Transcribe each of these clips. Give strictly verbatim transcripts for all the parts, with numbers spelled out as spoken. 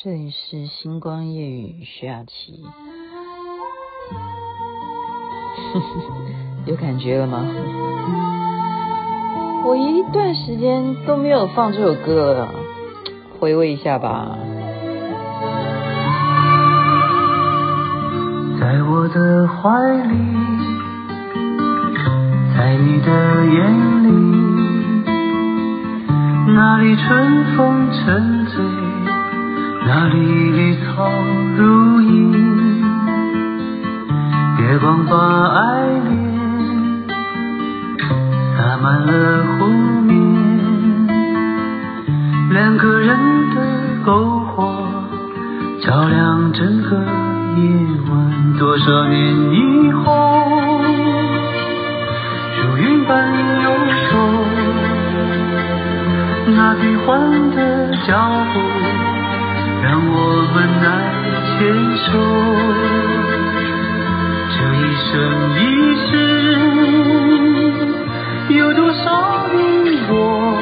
这里是星光夜语徐雅琪。有感觉了吗？我一段时间都没有放这首歌了，回味一下吧。 在我的怀里，在你的眼里，那里春风沉醉，那里绿草如茵，月光把爱恋洒满了湖面，两个人的篝火照亮整个夜晚，多少年以后，如云般游走，那变幻的脚步让我们难牵手，这一生一世有多少你我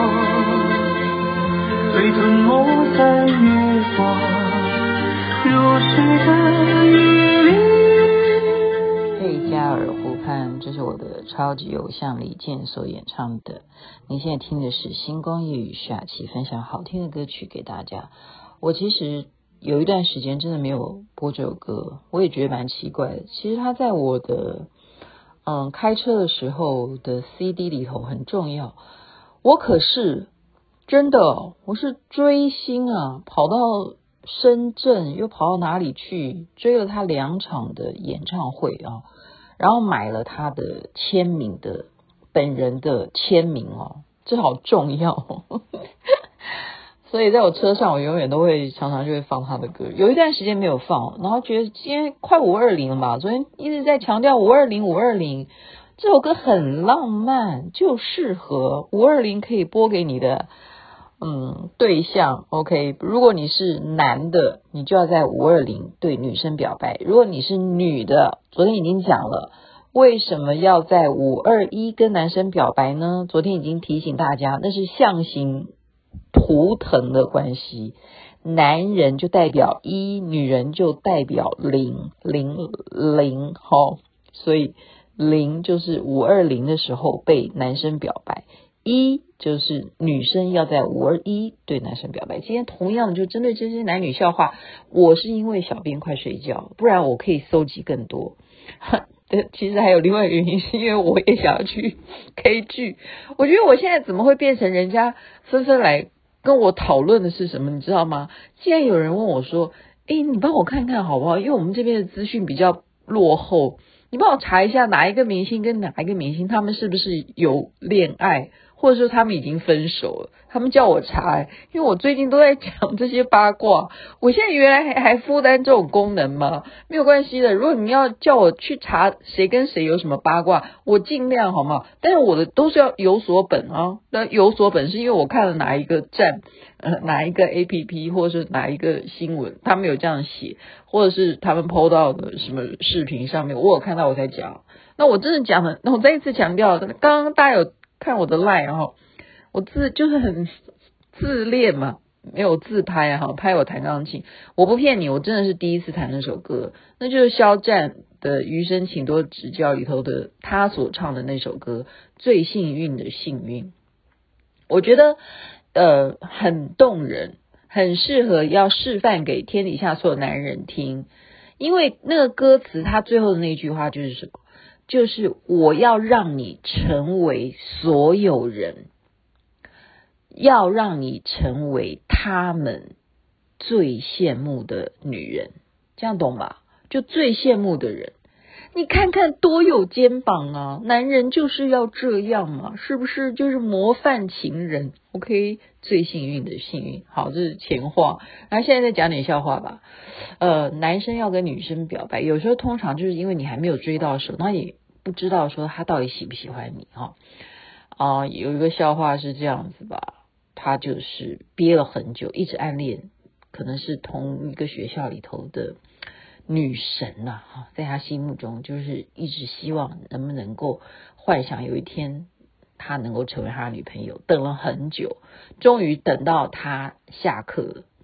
被吞没在月光如水的夜里。 贝加尔湖畔，这是我的超级偶像李健所演唱的。你现在听的是星光夜语徐雅琪分享好听的歌曲给大家。我其实有一段时间真的没有播这首歌，我也觉得蛮奇怪的。其实它在我的嗯开车的时候的 C D 里头很重要。我可是真的，我是追星啊，跑到深圳又跑到哪里去追了他两场的演唱会啊，然后买了他的签名的本人的签名哦，这好重要。所以在我车上我永远都会常常就会放他的歌，有一段时间没有放，然后觉得今天快五二零了嘛，昨天一直在强调五二零五二零，这首歌很浪漫，就适合五二零可以播给你的嗯对象。 OK， 如果你是男的，你就要在五二零对女生表白，如果你是女的，昨天已经讲了为什么要在五二一跟男生表白呢？昨天已经提醒大家，那是象形图腾的关系，男人就代表一，女人就代表零，零零，好，所以零就是五二零的时候被男生表白，一就是女生要在五二一对男生表白。今天同样就针对这些男女笑话，我是因为小编快睡觉，不然我可以搜集更多。其实还有另外一个原因，是因为我也想要去 K 剧。我觉得我现在怎么会变成人家纷纷来跟我讨论的是什么，你知道吗？既然有人问我说，诶，你帮我看看好不好，因为我们这边的资讯比较落后，你帮我查一下哪一个明星跟哪一个明星他们是不是有恋爱，或者说他们已经分手了，他们叫我查、欸、因为我最近都在讲这些八卦。我现在原来还还负担这种功能吗？没有关系的，如果你要叫我去查谁跟谁有什么八卦，我尽量好吗？但是我的都是要有所本啊。那有所本是因为我看了哪一个站呃哪一个 A P P 或者是哪一个新闻他们有这样写，或者是他们 po 到的什么视频上面我有看到我才讲。那我真的讲了，那我再一次强调，刚刚大家有看我的 line， 然后我自就是很自恋嘛，没有自拍啊，拍我弹钢琴。我不骗你，我真的是第一次弹那首歌，那就是肖战的《余生请多指教》里头的他所唱的那首歌《最幸运的幸运》。我觉得呃很动人，很适合要示范给天底下所有男人听。因为那个歌词他最后的那句话就是什么，就是我要让你成为所有人，要让你成为他们最羡慕的女人，这样懂吧？就最羡慕的人，你看看多有肩膀啊，男人就是要这样嘛，是不是？就是模范情人。 OK， 最幸运的幸运。好，这是前话。然后现在再讲点笑话吧。呃，男生要跟女生表白，有时候通常就是因为你还没有追到手，那也不知道说他到底喜不喜欢你哈。啊、呃，有一个笑话是这样子吧，他就是憋了很久，一直暗恋，可能是同一个学校里头的女神呐、啊，在他心目中就是一直希望能不能够幻想有一天他能够成为他的女朋友，等了很久，终于等到他下课了，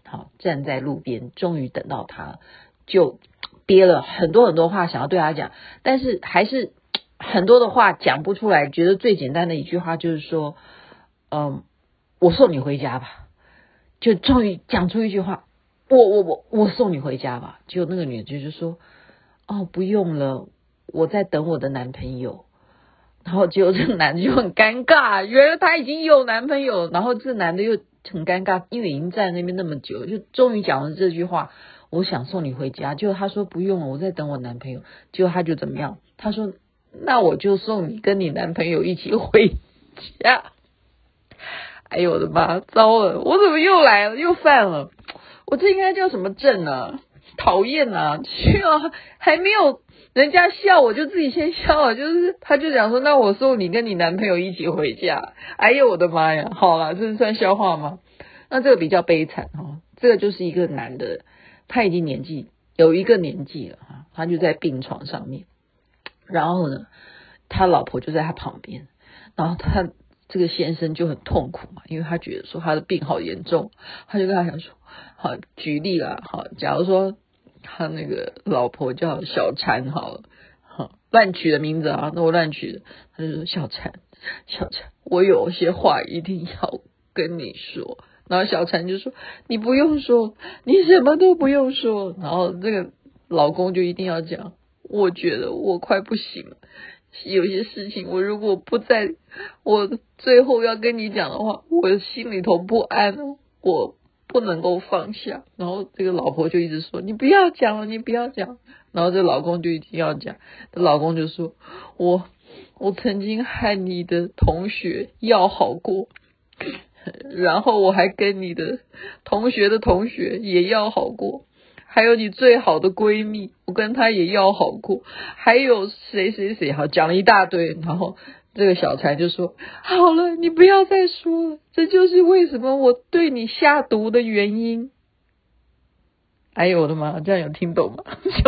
好，站在路边，终于等到他，就憋了很多很多话想要对他讲，但是还是很多的话讲不出来，觉得最简单的一句话就是说，嗯，我送你回家吧，就终于讲出一句话，我我我我送你回家吧。结果那个女的就说，哦，不用了，我在等我的男朋友。然后结果这个男的就很尴尬，原来他已经有男朋友，然后这个男的又很尴尬，因为已经在那边那么久，就终于讲了这句话，我想送你回家。结果他说不用了，我在等我男朋友。结果他就怎么样？他说那我就送你跟你男朋友一起回家。哎呦我的妈，糟了，我怎么又来了，又犯了？我这应该叫什么症啊？讨厌啊！去啊，还没有人家笑我就自己先笑了，就是他就讲说，那我送你跟你男朋友一起回家。哎呦我的妈呀！好啦，这是算笑话吗？那这个比较悲惨哦，这个就是一个男的，他已经年纪有一个年纪了哈，他就在病床上面，然后呢，他老婆就在他旁边，然后他这个先生就很痛苦嘛，因为他觉得说他的病好严重，他就跟他讲说，好，举例啦，好，假如说他那个老婆叫小婵好了，好，乱取的名字啊，那我乱取的，他就说小婵，小婵，我有些话一定要跟你说。然后小婵就说你不用说，你什么都不用说。然后这个老公就一定要讲，我觉得我快不行了，有些事情我如果不在我最后要跟你讲的话，我心里头不安，我不能够放下。然后这个老婆就一直说你不要讲了，你不要讲。然后这个老公就一定要讲，老公就说我我曾经和你的同学要好过，然后我还跟你的同学的同学也要好过，还有你最好的闺蜜，我跟她也要好过，还有谁谁谁，好，讲了一大堆。然后这个小婵就说好了，你不要再说了，这就是为什么我对你下毒的原因。哎呦我的妈，这样有听懂吗？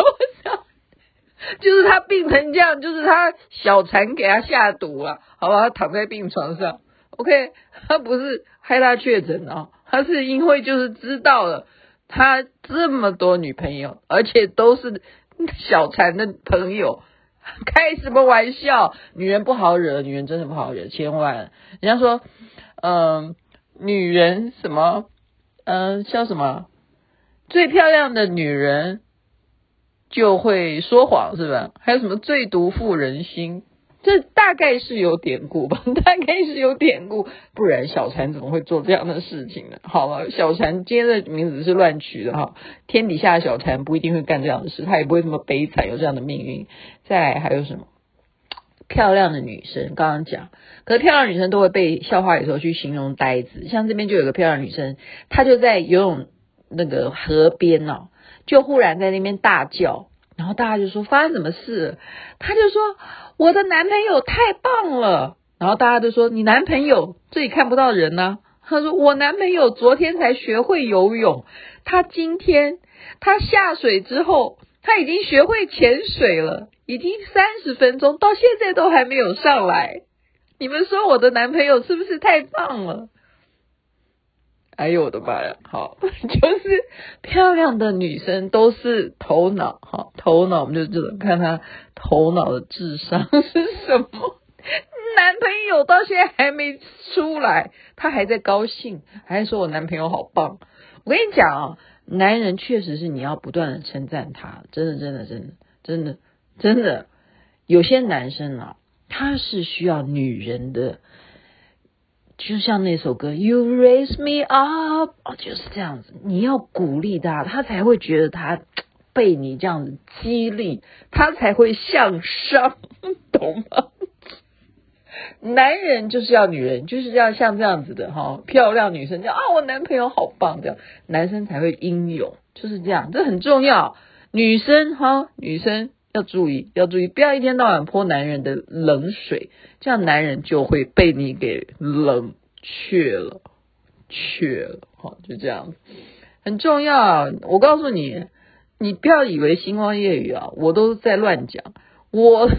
就是他病成这样，就是他小婵给他下毒了，好吧，他躺在病床上 OK， 他不是害他确诊啊，他是因为就是知道了他这么多女朋友，而且都是小婵的朋友，开什么玩笑？女人不好惹，女人真的不好惹，千万。人家说嗯、呃，女人什么嗯、呃，叫什么最漂亮的女人就会说谎，是吧？还有什么最毒妇人心，这大概是有典故吧，大概是有典故，不然小婵怎么会做这样的事情呢？好了，小婵今天的名字是乱取的哈，天底下的小婵不一定会干这样的事，她也不会这么悲惨，有这样的命运。再来还有什么漂亮的女生，刚刚讲，可是漂亮的女生都会被笑话里头去形容呆子，像这边就有个漂亮的女生，她就在游泳那个河边哦，就忽然在那边大叫，然后大家就说发生什么事了？她就说我的男朋友太棒了，然后大家就说你男朋友这里看不到人啊，她说我男朋友昨天才学会游泳，他今天他下水之后他已经学会潜水了，已经三十分钟到现在都还没有上来，你们说我的男朋友是不是太棒了？哎呦我的妈呀，好，就是漂亮的女生都是头脑，好，头脑我们就只能看她头脑的智商是什么。男朋友到现在还没出来，她还在高兴，还说我男朋友好棒。我跟你讲啊，男人确实是你要不断的称赞他，真的真的真的真的真的，有些男生啊，他是需要女人的。就像那首歌 You raise me up， 就是这样子，你要鼓励他，他才会觉得他被你这样子激励，他才会向上，懂吗？男人就是要女人就是要像这样子的哈，漂亮女生叫啊我男朋友好棒，这样男生才会英勇，就是这样，这很重要。女生哈，女生要注意要注意，不要一天到晚泼男人的冷水，这样男人就会被你给冷却了却了，好，就这样很重要。我告诉你，你不要以为星光夜语啊我都在乱讲，我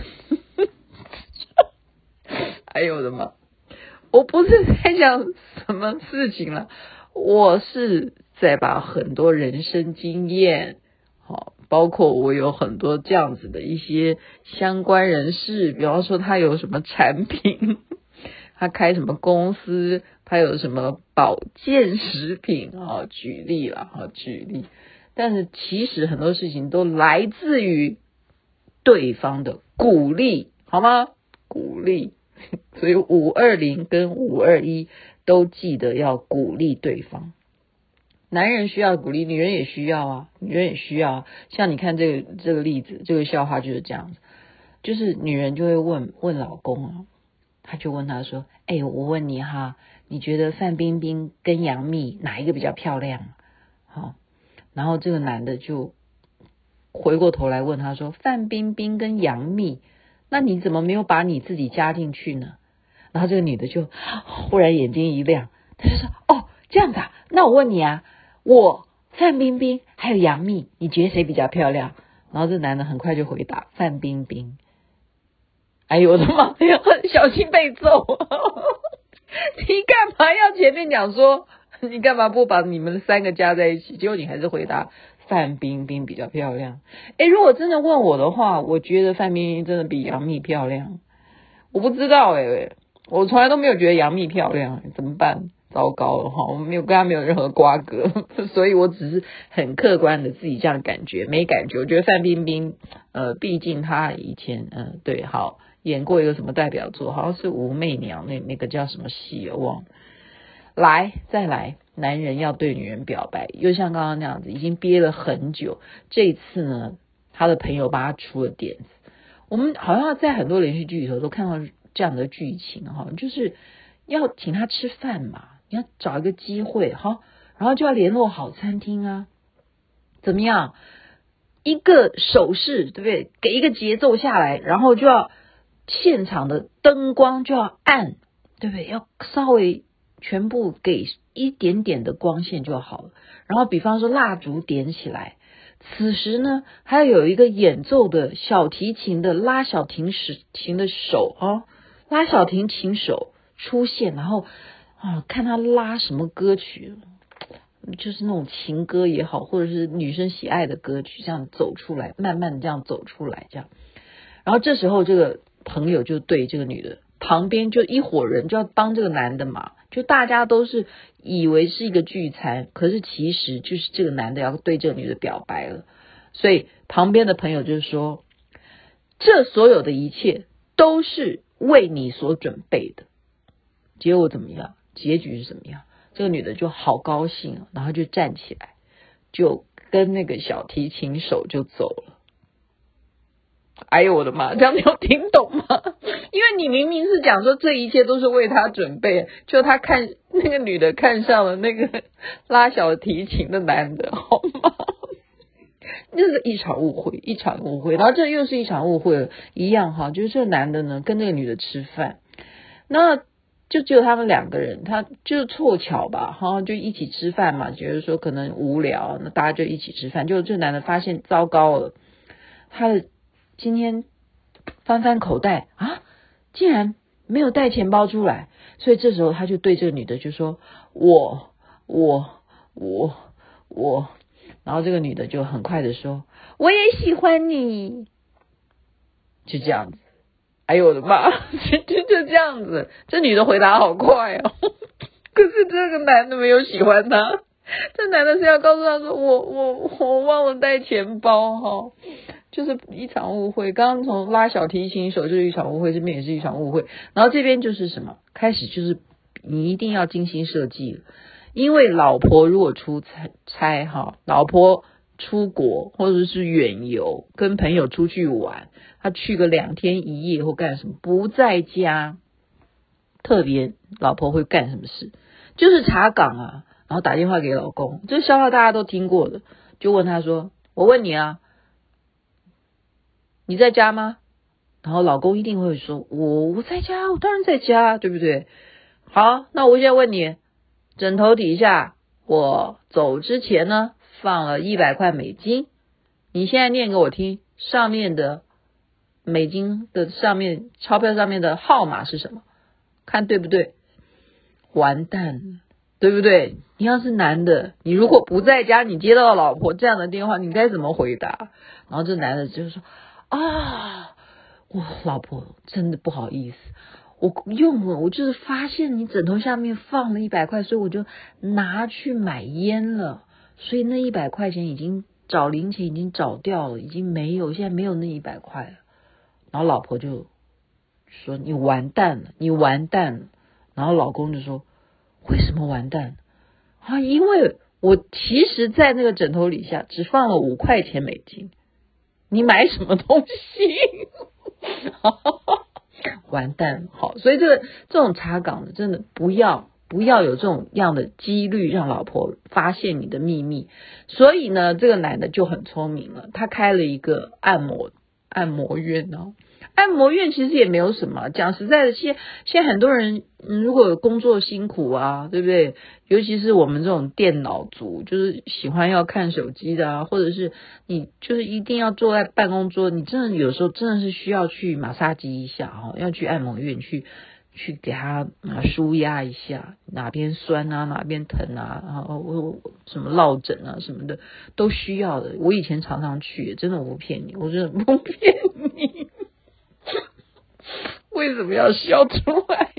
哎呦我的妈，我不是在讲什么事情了，我是再把很多人生经验，好，包括我有很多这样子的一些相关人士，比方说他有什么产品，他开什么公司，他有什么保健食品啊，举例了哈，举例。但是其实很多事情都来自于对方的鼓励，好吗？鼓励。所以五二零跟五二一都记得要鼓励对方。男人需要鼓励，女人也需要啊，女人也需要啊。像你看这个这个例子，这个笑话就是这样子，就是女人就会问问老公啊，他就问他说：“哎、欸，我问你哈，你觉得范冰冰跟杨幂哪一个比较漂亮？”好，然后这个男的就回过头来问他说：“范冰冰跟杨幂，那你怎么没有把你自己加进去呢？”然后这个女的就忽然眼睛一亮，她就说：“哦，这样子啊，那我问你啊，我范冰冰还有杨幂，你觉得谁比较漂亮？”然后这男的很快就回答：“范冰冰。”哎呦我的妈呀，小心被揍！你干嘛要前面讲说，你干嘛不把你们三个加在一起？结果你还是回答范冰冰比较漂亮。诶，如果真的问我的话，我觉得范冰冰真的比杨幂漂亮。我不知道诶，我从来都没有觉得杨幂漂亮，怎么办？糟糕了哈，我没有跟她没有任何瓜葛，所以我只是很客观的自己这样感觉，没感觉。我觉得范冰冰，呃，毕竟她以前，嗯、呃，对，好演过一个什么代表作，好像是武媚娘那那个叫什么戏，我忘了。来，再来，男人要对女人表白，又像刚刚那样子，已经憋了很久。这一次呢，他的朋友帮他出了点子。我们好像在很多连续剧里头都看到这样的剧情哈，就是要请他吃饭嘛，你要找一个机会哈，然后就要联络好餐厅啊，怎么样？一个手势对不对？给一个节奏下来，然后就要现场的灯光就要暗，对不对？要稍微全部给一点点的光线就好了。然后比方说蜡烛点起来，此时呢还要有一个演奏的小提琴的拉小提琴的手啊，拉小提琴手出现，然后啊看他拉什么歌曲，就是那种情歌也好，或者是女生喜爱的歌曲，这样走出来，慢慢的这样走出来，这样。然后这时候这个朋友就对这个女的旁边就一伙人就要帮这个男的嘛，就大家都是以为是一个聚餐，可是其实就是这个男的要对这个女的表白了，所以旁边的朋友就是说，这所有的一切都是为你所准备的。结果怎么样？结局是怎么样？这个女的就好高兴，然后就站起来，就跟那个小提琴手就走了。哎呦我的妈，这样你有听懂吗？因为你明明是讲说这一切都是为他准备，就他看那个女的看上了那个拉小提琴的男的，好吗？这是一场误会，一场误会，然后这又是一场误会了，一样哈，就是这个男的呢跟那个女的吃饭，那就只有他们两个人，他就凑巧吧，哈，就一起吃饭嘛，觉得说可能无聊，那大家就一起吃饭。就这男的发现糟糕了，他的今天翻翻口袋啊，竟然没有带钱包出来，所以这时候他就对这个女的就说：“我我我我。”然后这个女的就很快的说：“我也喜欢你。”就这样子。哎呦我的妈，就就就这样子，这女的回答好快哦。可是这个男的没有喜欢她，这男的是要告诉她说我我我忘了带钱包哈，就是一场误会。刚刚从拉小提琴手就是一场误会，这边也是一场误会。然后这边就是什么？开始就是你一定要精心设计了，因为老婆如果出差差哈，老婆出国或者是远游，跟朋友出去玩，他去个两天一夜或干什么，不在家，特别老婆会干什么事？就是查岗啊，然后打电话给老公，这笑话大家都听过的，就问他说：“我问你啊，你在家吗？”然后老公一定会说：“我我在家，我当然在家，对不对？”好，那我现在问你，枕头底下我走之前呢放了一百块美金，你现在念给我听，上面的美金的上面钞票上面的号码是什么？看对不对？完蛋了， 对不对？你要是男的，你如果不在家，你接到老婆这样的电话，你该怎么回答？然后这男的就说啊，我老婆真的不好意思，我用了，我就是发现你枕头下面放了一百块，所以我就拿去买烟了，所以那一百块钱已经找零钱已经找掉了，已经没有，现在没有那一百块了。然后老婆就说你完蛋了，你完蛋了。然后老公就说为什么完蛋啊？因为我其实在那个枕头底下只放了五块钱美金，你买什么东西？完蛋，好，所以这个这种查岗的真的不要不要有这种样的几率让老婆发现你的秘密。所以呢，这个男的就很聪明了，他开了一个按摩按摩院哦。按摩院其实也没有什么，讲实在的，现现在很多人、嗯、如果工作辛苦啊，对不对？尤其是我们这种电脑族，就是喜欢要看手机的啊，或者是你就是一定要坐在办公桌，你真的有时候真的是需要去马杀鸡一下哦，要去按摩院去去给他啊舒压一下，哪边酸啊，哪边疼啊，然后什么落枕啊什么的都需要的。我以前常常去，真的我不骗你，我真的不骗你。为什么要笑出来？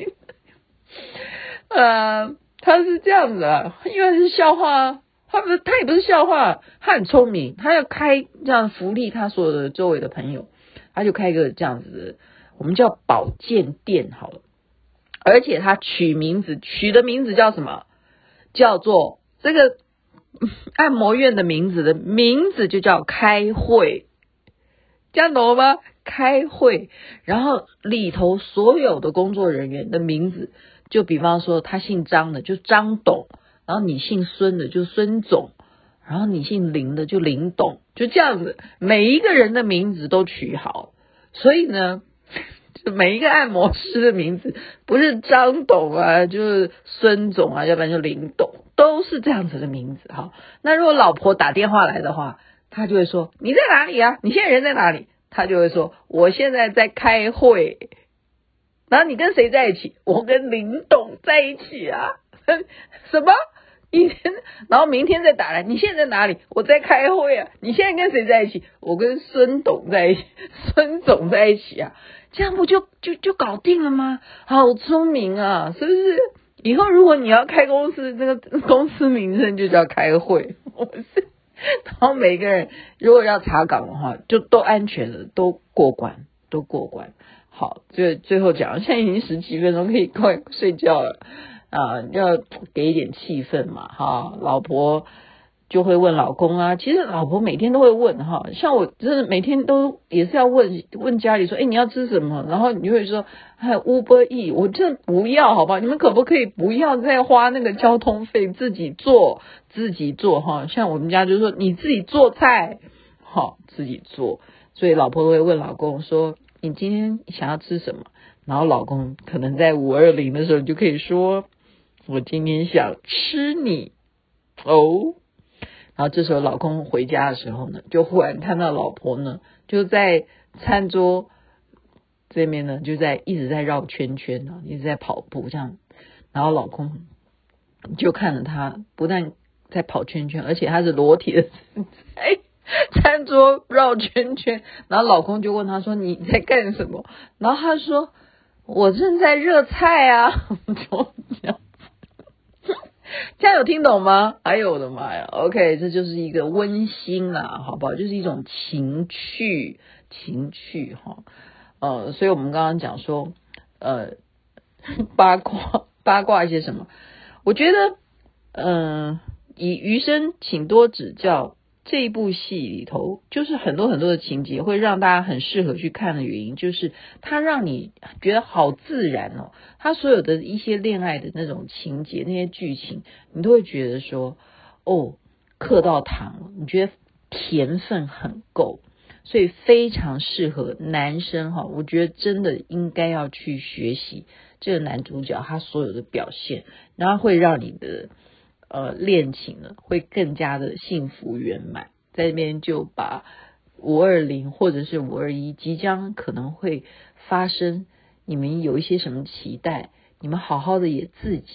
呃，他是这样子啊，因为是笑话，他不是他也不是笑话，他很聪明，他要开这样福利他所有的周围的朋友，他就开一个这样子的，我们叫保健店好了，而且他取名字取的名字叫什么？叫做这个按摩院的名字的名字就叫开会，这样懂了吗？开会，然后里头所有的工作人员的名字，就比方说他姓张的就张董，然后你姓孙的就孙总，然后你姓林的就林董，就这样子，每一个人的名字都取好。所以呢，就每一个按摩师的名字不是张董啊，就是孙总啊，要不然就林董，都是这样子的名字哈。那如果老婆打电话来的话，他就会说你在哪里啊？你现在人在哪里？他就会说我现在在开会。然后你跟谁在一起？我跟林董在一起啊。什么？一天，然后明天再打来，你现在在哪里？我在开会啊。你现在跟谁在一起？我跟孙董在一起，孙总在一起啊。这样不就就就搞定了吗？好聪明啊，是不是？以后如果你要开公司，这个公司名称就叫开会。我是。然后每个人如果要查岗的话，就都安全了，都过关，都过关。好，最最后讲，现在已经十七分钟，可以快睡觉了啊、呃！要给一点气氛嘛，哈，老婆就会问老公啊，其实老婆每天都会问哈，像我真的每天都也是要问问家里说，哎，你要吃什么？然后你会说，还有 Uber E， 我真的不要，好吧？你们可不可以不要再花那个交通费，自己做，自己做哈？像我们家就是说，你自己做菜，好，自己做，所以老婆会问老公说，你今天想要吃什么？然后老公可能在五二零的时候，你就可以说，我今天想吃你哦。然后这时候老公回家的时候呢，就忽然看到老婆呢就在餐桌这边呢就在一直在绕圈圈呢，一直在跑步这样。然后老公就看着他不但在跑圈圈，而且他是裸体的在餐桌绕圈圈。然后老公就问他说你在干什么？然后他说我正在热菜啊。就这样，这样有听懂吗？哎呦我的妈呀 OK， 这就是一个温馨啦，好不好？就是一种情趣情趣哈。呃，所以我们刚刚讲说呃八卦八卦一些什么，我觉得嗯、呃，以余生请多指教这一部戏里头，就是很多很多的情节会让大家很适合去看的原因，就是它让你觉得好自然哦。它所有的一些恋爱的那种情节，那些剧情，你都会觉得说，哦，嗑到糖了，你觉得甜分很够，所以非常适合男生哈。我觉得真的应该要去学习这个男主角他所有的表现，然后会让你的呃，恋情呢会更加的幸福圆满。在这边就把五二零或者是五二一即将可能会发生，你们有一些什么期待，你们好好的也自己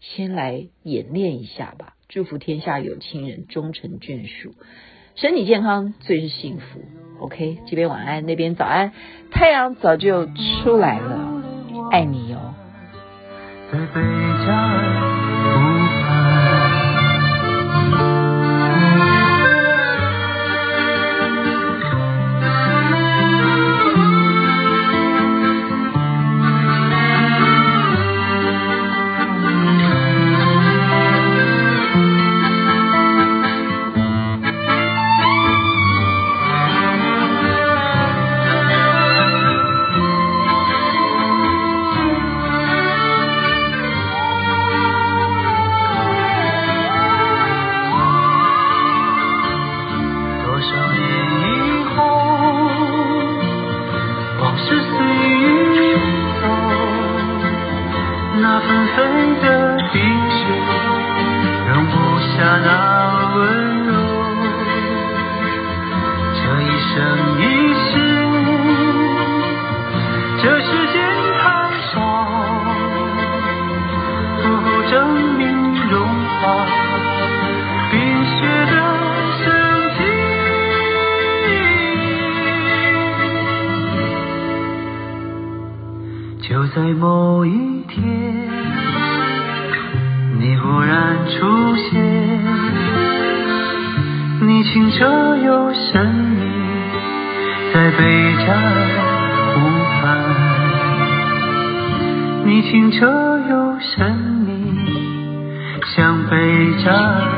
先来演练一下吧。祝福天下有情人终成眷属，身体健康最是幸福。 OK， 这边晚安，那边早安，太阳早就出来了，爱你哟、哦。 在北加尔湖畔，就在某一天，你忽然出现，你清澈又神秘，在北加尔湖畔，你清澈又神秘，像北加尔